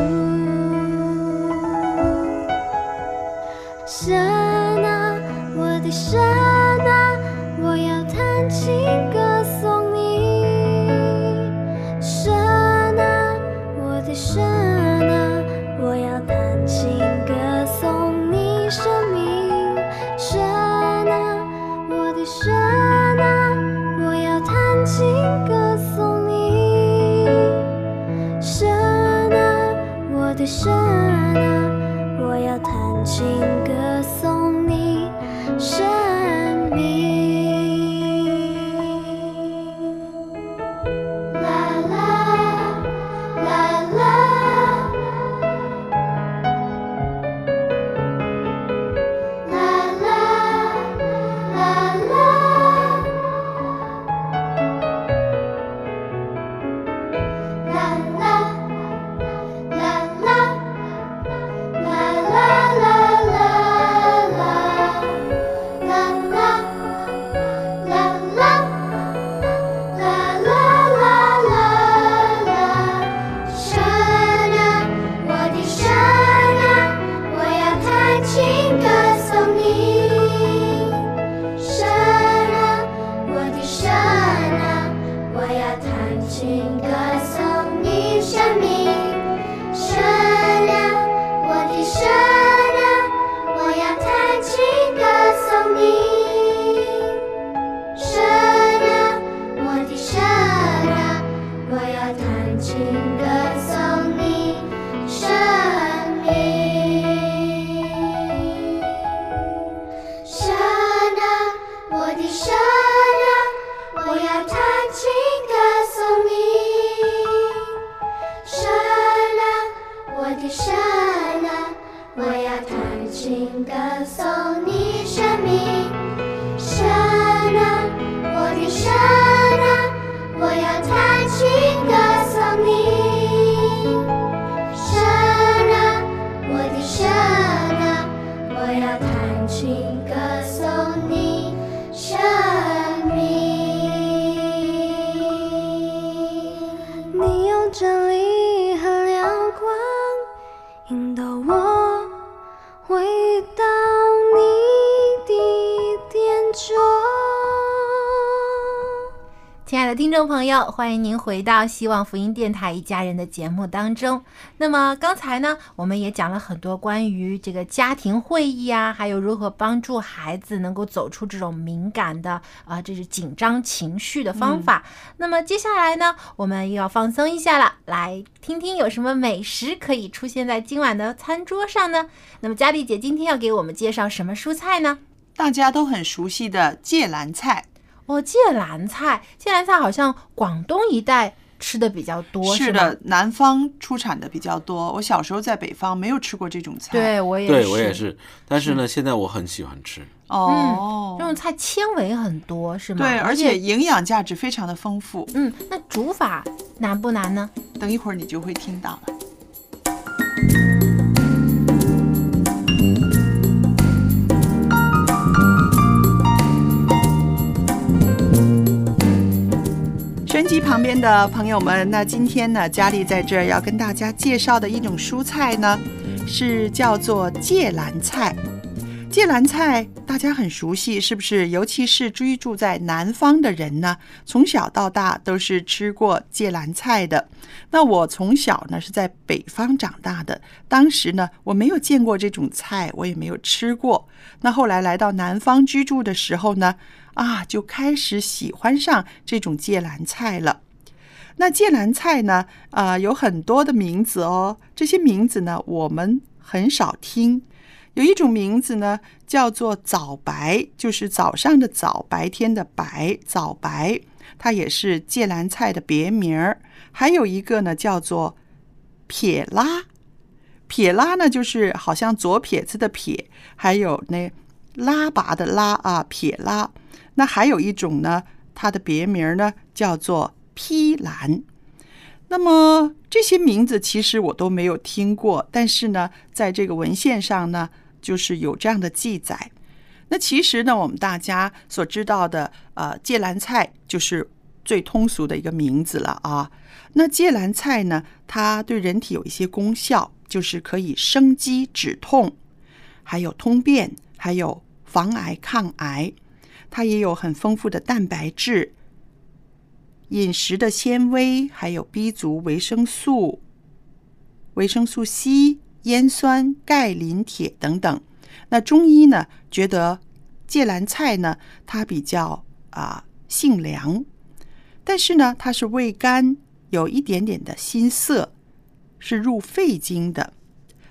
神啊，我的神啊，我要弹琴歌颂你。神啊，我的神啊，我要弹琴歌颂你生命。神啊，我的神啊，我要弹琴歌颂你。神啊，我的神啊， 情歌颂你生命。 亲爱的听众朋友，欢迎您回到希望福音电台一家人的节目当中。那么刚才呢，我们也讲了很多关于这个家庭会议啊，还有如何帮助孩子能够走出这种敏感的啊、呃，这是紧张情绪的方法、嗯、那么接下来呢，我们又要放松一下了，来听听有什么美食可以出现在今晚的餐桌上呢？那么嘉丽姐今天要给我们介绍什么蔬菜呢？ 大家都很熟悉的芥蓝菜。 哦，芥蓝菜，芥蓝菜好像广东一带吃的比较多， 是的，南方出产的比较多。我小时候在北方没有吃过这种菜， 对我也是， 对我也是。但是呢，现在我很喜欢吃。 哦、嗯，这种菜纤维很多，是吗？ 对，而且营养价值非常的丰富。 嗯，那煮法难不难呢？ 等一会儿你就会听到了。收音机旁边的朋友们，那今天呢，佳丽在这儿要跟大家介绍的一种蔬菜呢，是叫做芥蓝菜。芥蓝菜大家很熟悉，是不是？尤其是居住在南方的人呢，从小到大都是吃过芥蓝菜的。那我从小呢是在北方长大的，当时呢我没有见过这种菜，我也没有吃过。那后来来到南方居住的时候呢，啊，就开始喜欢上这种芥蓝菜了。那芥蓝菜呢，啊、呃，有很多的名字哦，这些名字呢我们很少听。有一种名字呢叫做早白，就是早上的早，白天的白，早白，它也是芥蓝菜的别名。还有一个呢叫做撇拉，撇拉呢就是好像左撇子的撇，还有那拉拔的拉啊，撇拉。那还有一种呢，它的别名呢叫做披兰。那么这些名字其实我都没有听过，但是呢在这个文献上呢就是有这样的记载。那其实呢我们大家所知道的呃芥蓝菜就是最通俗的一个名字了啊。那芥蓝菜呢，它对人体有一些功效，就是可以生肌止痛，还有通便，还有防癌抗癌。它也有很丰富的蛋白质、饮食的纤维，还有 B 族维生素、维生素 C、烟酸、钙、磷、铁等等。那中医呢觉得芥蓝菜呢它比较啊、呃、性凉，但是呢它是味甘，有一点点的辛涩，是入肺经的。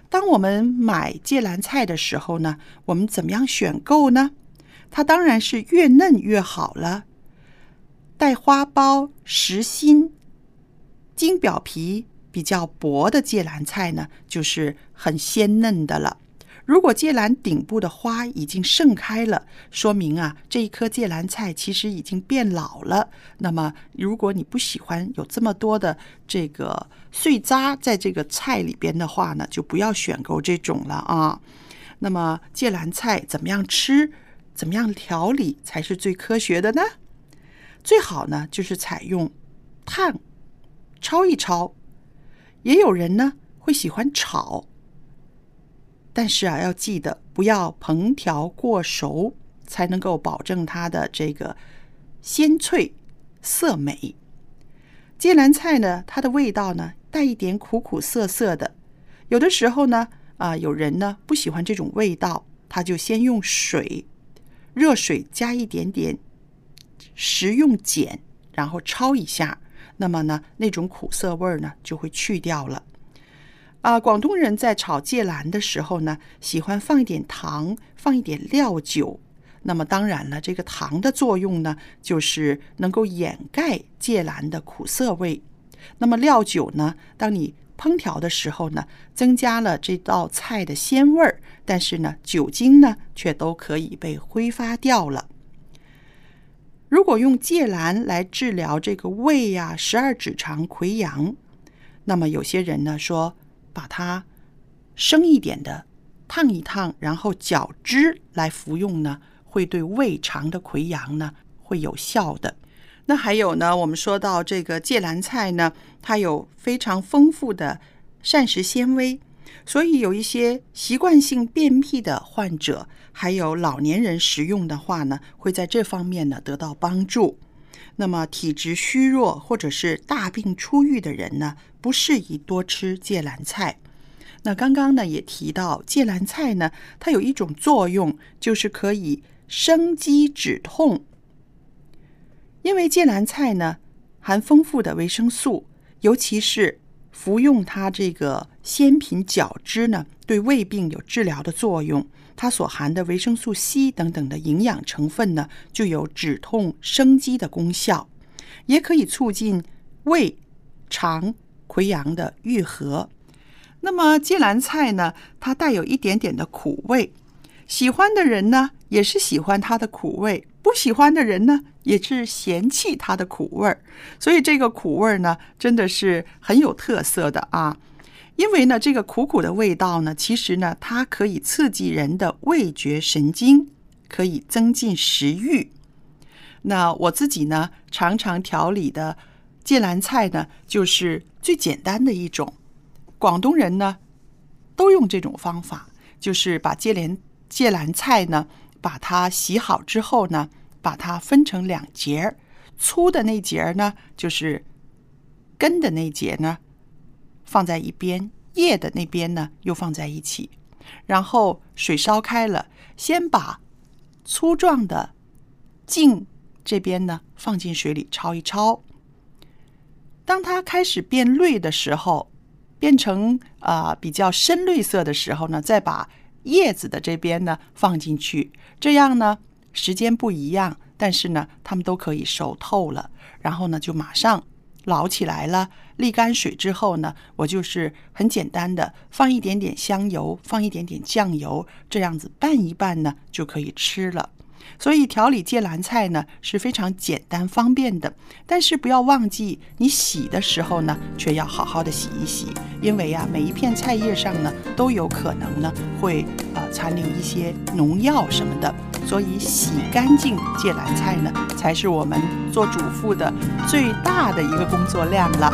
当我们买芥蓝菜的时候呢，我们怎么样选购呢？它当然是越嫩越好了。带花苞、实心、茎表皮比较薄的芥蓝菜呢，就是很鲜嫩的了。如果芥蓝顶部的花已经盛开了，说明啊，这一颗芥蓝菜其实已经变老了。那么如果你不喜欢有这么多的这个碎渣在这个菜里边的话呢，就不要选购这种了啊。那么芥蓝菜怎么样吃，怎么样调理才是最科学的呢？最好呢就是采用烫，焯一焯。也有人呢会喜欢炒，但是啊，要记得不要烹调过熟，才能够保证它的这个鲜脆色美。芥蓝菜呢，它的味道呢带一点苦苦涩涩的，有的时候呢，啊、呃，有人呢不喜欢这种味道，他就先用水，热水加一点点食用碱，然后焯一下，那么呢，那种苦涩味呢就会去掉了。啊、呃，广东人在炒芥蓝的时候呢，喜欢放一点糖，放一点料酒。那么当然了，这个糖的作用呢，就是能够掩盖芥蓝的苦涩味。那么料酒呢，当你烹调的时候呢，增加了这道菜的鲜味儿，但是呢，酒精呢却都可以被挥发掉了。如果用芥蓝来治疗这个胃呀、十二指肠溃疡，那么有些人呢说，把它生一点的烫一烫，然后搅汁来服用呢，会对胃肠的溃疡呢会有效的。那还有呢，我们说到这个芥蓝菜呢，它有非常丰富的膳食纤维，所以有一些习惯性便秘的患者，还有老年人食用的话呢，会在这方面呢得到帮助。那么体质虚弱或者是大病初愈的人呢，不适宜多吃芥蓝菜。那刚刚呢也提到，芥蓝菜呢，它有一种作用，就是可以生肌止痛。因为芥蓝菜呢含丰富的维生素，尤其是服用它这个鲜品搅汁呢，对胃病有治疗的作用。它所含的维生素 C 等等的营养成分呢，就有止痛生肌的功效，也可以促进胃肠溃疡的愈合。那么芥蓝菜呢，它带有一点点的苦味，喜欢的人呢也是喜欢它的苦味，不喜欢的人呢也是嫌弃它的苦味，所以这个苦味呢真的是很有特色的啊。因为呢这个苦苦的味道呢，其实呢它可以刺激人的味觉神经，可以增进食欲。那我自己呢常常调理的芥蓝菜呢，就是最简单的一种，广东人呢都用这种方法，就是把芥蓝芥蓝菜呢，把它洗好之后呢，把它分成两节，粗的那节呢就是根的那节呢放在一边，叶的那边呢又放在一起，然后水烧开了，先把粗壮的茎这边呢放进水里焯一焯，当它开始变绿的时候，变成呃比较深绿色的时候呢，再把叶子的这边呢放进去，这样呢时间不一样，但是呢它们都可以熟透了，然后呢就马上捞起来了，沥干水之后呢，我就是很简单的放一点点香油，放一点点酱油，这样子拌一拌呢就可以吃了。所以调理芥蓝菜呢是非常简单方便的，但是不要忘记你洗的时候呢却要好好的洗一洗，因为啊每一片菜叶上呢都有可能呢会呃残留一些农药什么的，所以洗干净芥蓝菜呢才是我们做主妇的最大的一个工作量了。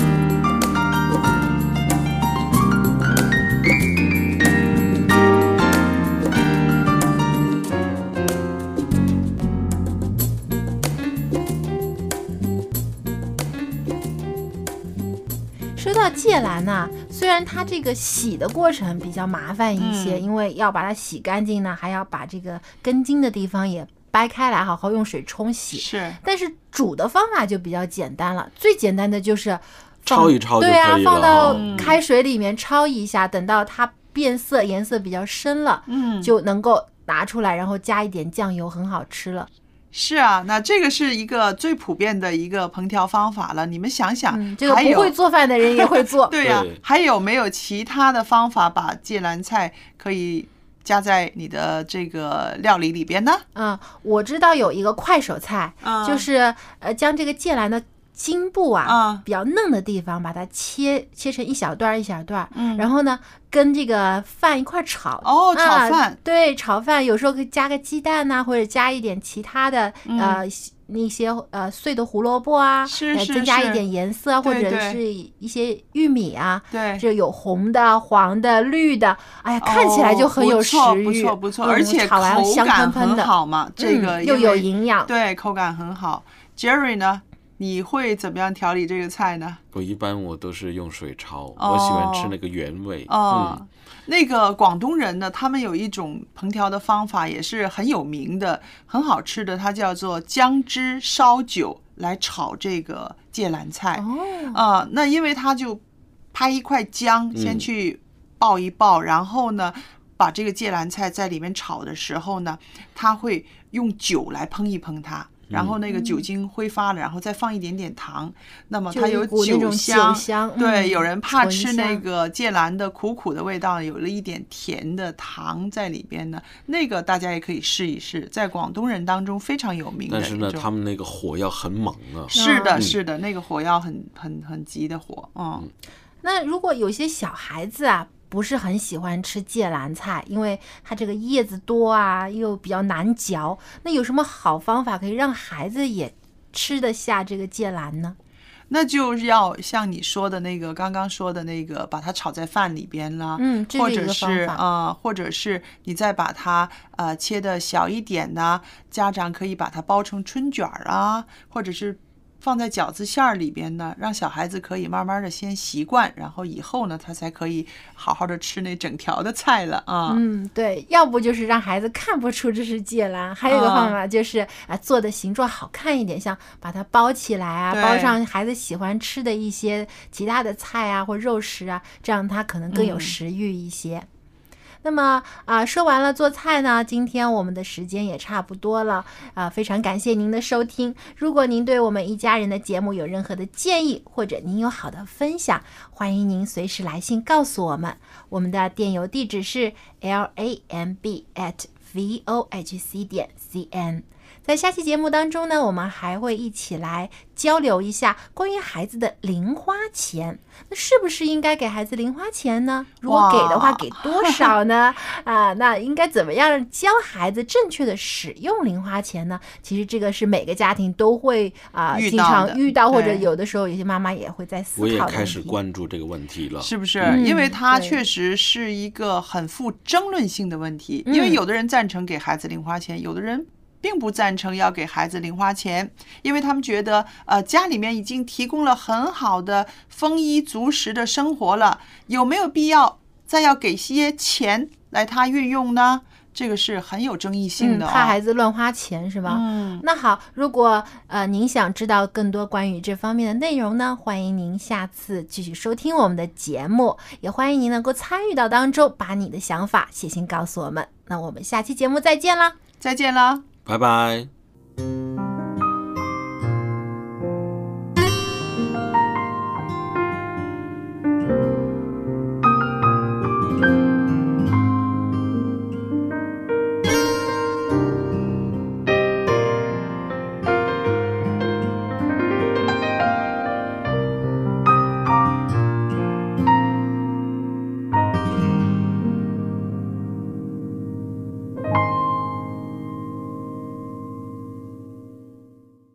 说到芥蓝呢、啊，虽然它这个洗的过程比较麻烦一些、嗯、因为要把它洗干净呢，还要把这个根茎的地方也掰开来好好用水冲洗， 是， 但是煮的方法就比较简单了，最简单的就是焯一焯就可以了， 对啊，放到开水里面焯一下、嗯、等到它变色，颜色比较深了， 嗯， 就能够拿出来，然后加一点酱油，很好吃了。 是啊，那这个是一个最普遍的一个烹调方法了。你们想想， 嗯、这个不会做饭的人也会做。 对呀、啊，还有没有其他的方法把芥蓝菜可以加在你的这个料理里边呢？ 嗯，我知道有一个快手菜， 嗯、 就是呃将这个芥蓝的茎部啊、 嗯、 比较嫩的地方，把它切切成一小段一小段， 嗯， 然后呢跟这个饭一块炒。 哦，炒饭、 啊，对，炒饭有时候可以加个鸡蛋呐、啊，或者加一点其他的、嗯、呃那些呃碎的胡萝卜啊， 是是是， 增加一点颜色， 对对， 或者是一些玉米啊， 对， 就有红的、黄的、绿的，哎呀，看起来就很有食欲， 不错不错， 嗯、 而且炒完香喷喷的， 很好嘛，这个、 嗯、又有营养， 对，口感很好。Jerry 呢？你会怎么样调理这个菜呢？ 我一般我都是用水焯， 哦、 我喜欢吃那个原味。 哦、 嗯， 那个广东人呢，他们有一种烹调的方法，也是很有名的，很好吃的，它叫做姜汁烧酒来炒这个芥蓝菜。 哦， 啊、呃，那因为它就拍一块姜，先去爆一爆，嗯、然后呢，把这个芥蓝菜在里面炒的时候呢，它会用酒来烹一烹它。然后那个酒精挥发了，然后再放一点点糖，那么它有酒香。 酒香对、 嗯， 有人怕吃那个芥蓝的苦苦的味道，有了一点甜的糖在里边呢。那个大家也可以试一试，在广东人当中非常有名的。 但是呢，他们那个火要很猛啊。 是的， 嗯、 是的，那个火要很很很急的火。嗯。 那如果有些小孩子啊，不是很喜欢吃芥蓝菜，因为它这个叶子多啊，又比较难嚼。那有什么好方法可以让孩子也吃得下这个芥蓝呢？ 那就要像你说的那个，刚刚说的那个，把它炒在饭里边啦， 嗯，这是一个方法。或者是呃，或者是你再把它呃切的小一点呢，家长可以把它包成春卷啊，或者是放在饺子馅儿里边呢，让小孩子可以慢慢的先习惯，然后以后呢，他才可以好好的吃那整条的菜了啊。 嗯，对，要不就是让孩子看不出这是芥蓝，还有一个方法就是啊、呃，做的形状好看一点，像把它包起来啊，包上孩子喜欢吃的一些其他的菜啊或肉食啊，这样他可能更有食欲一些。嗯，那么啊、呃，说完了做菜呢，今天我们的时间也差不多了啊、呃，非常感谢您的收听。如果您对我们一家人的节目有任何的建议，或者您有好的分享，欢迎您随时来信告诉我们。我们的电邮地址是 l a m b at vohc 点 c n。在下期节目当中呢，我们还会一起来交流一下关于孩子的零花钱。那是不是应该给孩子零花钱呢？如果给的话，给多少呢？啊，那应该怎么样教孩子正确的使用零花钱呢？其实这个是每个家庭都会啊、呃、经常遇到，或者有的时候有些妈妈也会在思考的问题。 我也开始关注这个问题了， 是不是？ 嗯、 因为它确实是一个很富争论性的问题。 嗯、 因为有的人赞成给孩子零花钱，有的人并不赞成要给孩子零花钱，因为他们觉得呃家里面已经提供了很好的丰衣足食的生活了，有没有必要再要给些钱来他运用呢？这个是很有争议性的、哦嗯、怕孩子乱花钱是吧？ 嗯， 那好，如果呃您想知道更多关于这方面的内容呢，欢迎您下次继续收听我们的节目，也欢迎您能够参与到当中，把你的想法写信告诉我们。那我们下期节目再见啦！ 再见啦！ 拜拜。